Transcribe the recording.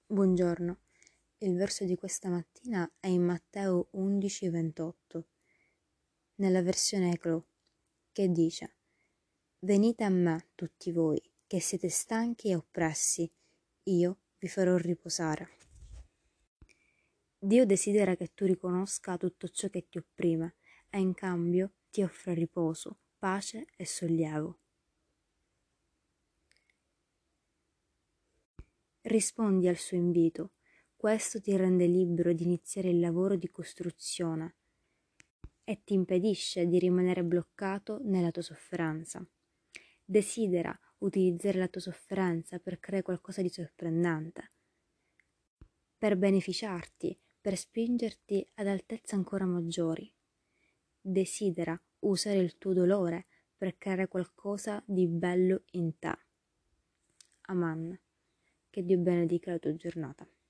Buongiorno, il verso di questa mattina è in Matteo 11:28, nella versione Eclò, che dice: Venite a me tutti voi, che siete stanchi e oppressi, io vi farò riposare. Dio desidera che tu riconosca tutto ciò che ti opprime e in cambio ti offre riposo, pace e sollievo. Rispondi al suo invito. Questo ti rende libero di iniziare il lavoro di costruzione e ti impedisce di rimanere bloccato nella tua sofferenza. Desidera utilizzare la tua sofferenza per creare qualcosa di sorprendente, per beneficiarti, per spingerti ad altezze ancora maggiori. Desidera usare il tuo dolore per creare qualcosa di bello in te. Amen. Che Dio benedica la tua giornata.